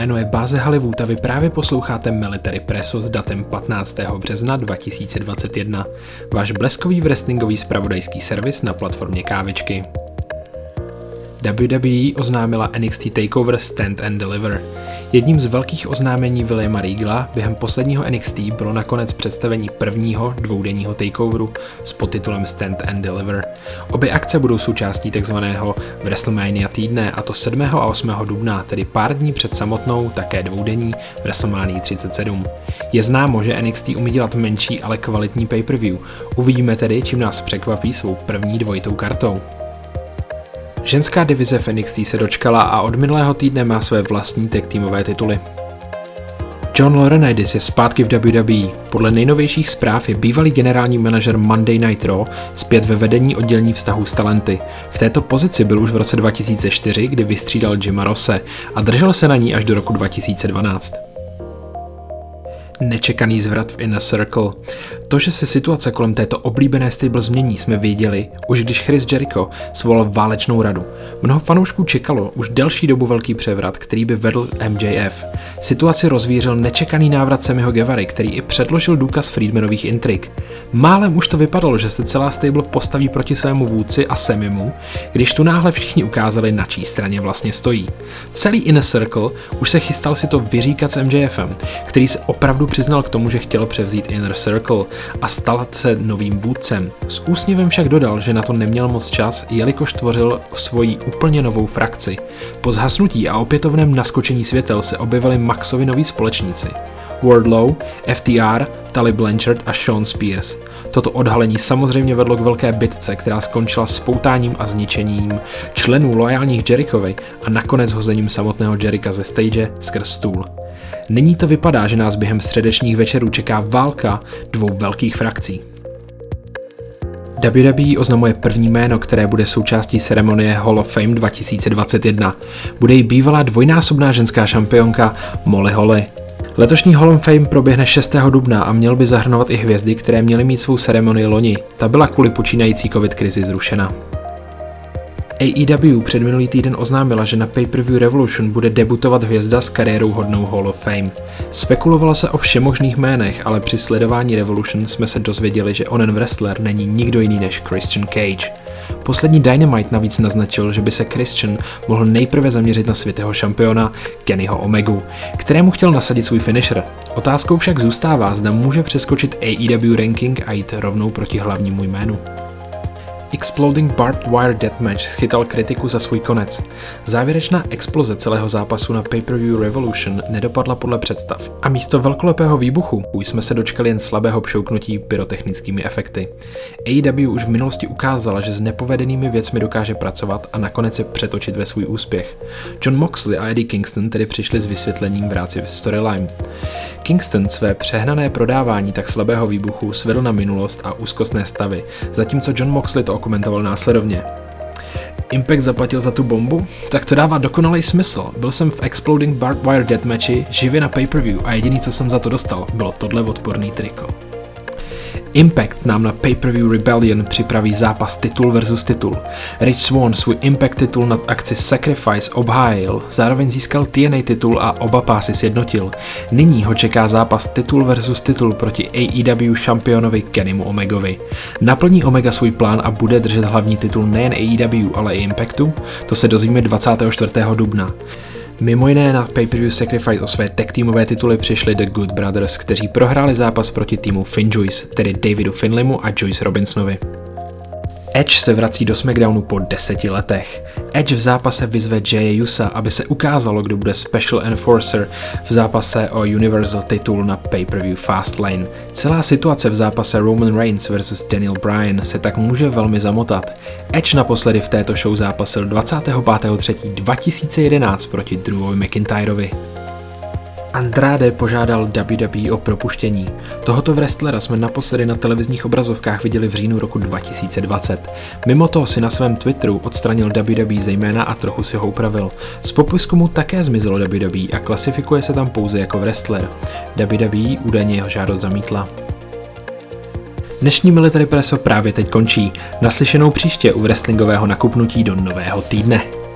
jméno je Báze Hollywood a vy právě posloucháte Military Presso s datem 15. března 2021. Váš bleskový wrestlingový zpravodajský servis na platformě Kávičky. WWE oznámila NXT TakeOver Stand and Deliver. Jedním z velkých oznámení Williama Regala během posledního NXT bylo nakonec představení prvního dvoudenního takeoveru s podtitulem Stand and Deliver. Obě akce budou součástí takzvaného WrestleMania týdne, a to 7. a 8. dubna, tedy pár dní před samotnou, také dvoudenní WrestleMania 37. Je známo, že NXT umí dělat menší, ale kvalitní pay-per-view. Uvidíme tedy, čím nás překvapí svou první dvojitou kartou. Ženská divize v NXT se dočkala a od minulého týdne má své vlastní tag týmové tituly. John Laurinaitis je zpátky v WWE. Podle nejnovějších zpráv je bývalý generální manažer Monday Night Raw zpět ve vedení oddělení vztahů s talenty. V této pozici byl už v roce 2004, kdy vystřídal Jima Rosse a držel se na ní až do roku 2012. Nečekaný zvrat v Inner Circle. To, že se situace kolem této oblíbené stable změní, jsme věděli, už když Chris Jericho svolal válečnou radu. Mnoho fanoušků čekalo už delší dobu velký převrat, který by vedl MJF. Situaci rozvířil nečekaný návrat Sammyho Guevary, který i předložil důkaz Friedmanových intrik. Málem už to vypadalo, že se celá stable postaví proti svému vůdci a Sammymu, když tu náhle všichni ukázali, na čí straně vlastně stojí. Celý Inner Circle už se chystal si to vyříkat s MJFem, který se opravdu přiznal k tomu, že chtěl převzít Inner Circle a stal se novým vůdcem. S úsměvem však dodal, že na to neměl moc čas, jelikož tvořil svoji úplně novou frakci. Po zhasnutí a opětovném naskočení světel se objevili Maxovi noví společníci. Wardlow, FTR, Tully Blanchard a Shawn Spears. Toto odhalení samozřejmě vedlo k velké bitce, která skončila spoutáním a zničením členů loajálních Jerichovi a nakonec hozením samotného Jericha ze stage skrz stůl. Nyní to vypadá, že nás během středečních večerů čeká válka dvou velkých frakcí. WWE oznamuje první jméno, které bude součástí ceremonie Hall of Fame 2021. Bude jí bývalá dvojnásobná ženská šampionka Molly Holly. Letošní Hall of Fame proběhne 6. dubna a měl by zahrnovat i hvězdy, které měly mít svou ceremonii loni. Ta byla kvůli počínající covid krizi zrušena. AEW předminulý týden oznámila, že na pay-per-view Revolution bude debutovat hvězda s kariérou hodnou Hall of Fame. Spekulovalo se o všemožných jménech, ale při sledování Revolution jsme se dozvěděli, že onen wrestler není nikdo jiný než Christian Cage. Poslední Dynamite navíc naznačil, že by se Christian mohl nejprve zaměřit na světého šampiona Kennyho Omegu, kterému chtěl nasadit svůj finisher. Otázkou však zůstává, zda může přeskočit AEW ranking a jít rovnou proti hlavnímu jménu. Exploding Barbed Wire Deathmatch chytal kritiku za svůj konec. Závěrečná exploze celého zápasu na pay-per-view Revolution nedopadla podle představ. A místo velkolepého výbuchu už jsme se dočkali jen slabého pšouknutí pyrotechnickými efekty. AEW už v minulosti ukázala, že s nepovedenými věcmi dokáže pracovat a nakonec je přetočit ve svůj úspěch. Jon Moxley a Eddie Kingston tedy přišli s vysvětlením v rámci storyline. Kingston své přehnané prodávání tak slabého výbuchu svedl na minulost a úzkostné stavy, zatímco Jon Moxley to okomentoval následovně. Impact zaplatil za tu bombu? Tak to dává dokonalý smysl. Byl jsem v Exploding Barbed Wire Deathmatchi živě na pay-per-view a jediný, co jsem za to dostal, bylo tohle odporný triko. Impact nám na pay-per-view Rebellion připraví zápas titul versus titul. Rich Swann svůj Impact titul na akci Sacrifice obhájil, zároveň získal TNA titul a oba pásy sjednotil. Nyní ho čeká zápas titul versus titul proti AEW šampionovi Kennymu Omegovi. Naplní Omega svůj plán a bude držet hlavní titul nejen AEW, ale i Impactu? To se dozvíme 24. dubna. Mimo jiné na pay-per-view Sacrifice o své tag týmové tituly přišli The Good Brothers, kteří prohráli zápas proti týmu Finn Joyce, tedy Davidu Finlaymu a Joyce Robinsonovi. Edge se vrací do SmackDownu po 10 letech. Edge v zápase vyzve Jay Usa, aby se ukázalo, kdo bude Special Enforcer v zápase o Universal titul na pay-per-view Fastlane. Celá situace v zápase Roman Reigns vs Daniel Bryan se tak může velmi zamotat. Edge naposledy v této show zápasil 25.3.2011 proti Drewovi McIntyrovi. Andrade požádal WWE o propuštění. Tohoto wrestlera jsme naposledy na televizních obrazovkách viděli v říjnu roku 2020. Mimo to si na svém Twitteru odstranil WWE zejména a trochu si ho upravil. Z popisku mu také zmizelo WWE a klasifikuje se tam pouze jako wrestler. WWE údajně jeho žádost zamítla. Dnešní Military Presso právě teď končí. Naslyšenou příště u wrestlingového nakupnutí do nového týdne.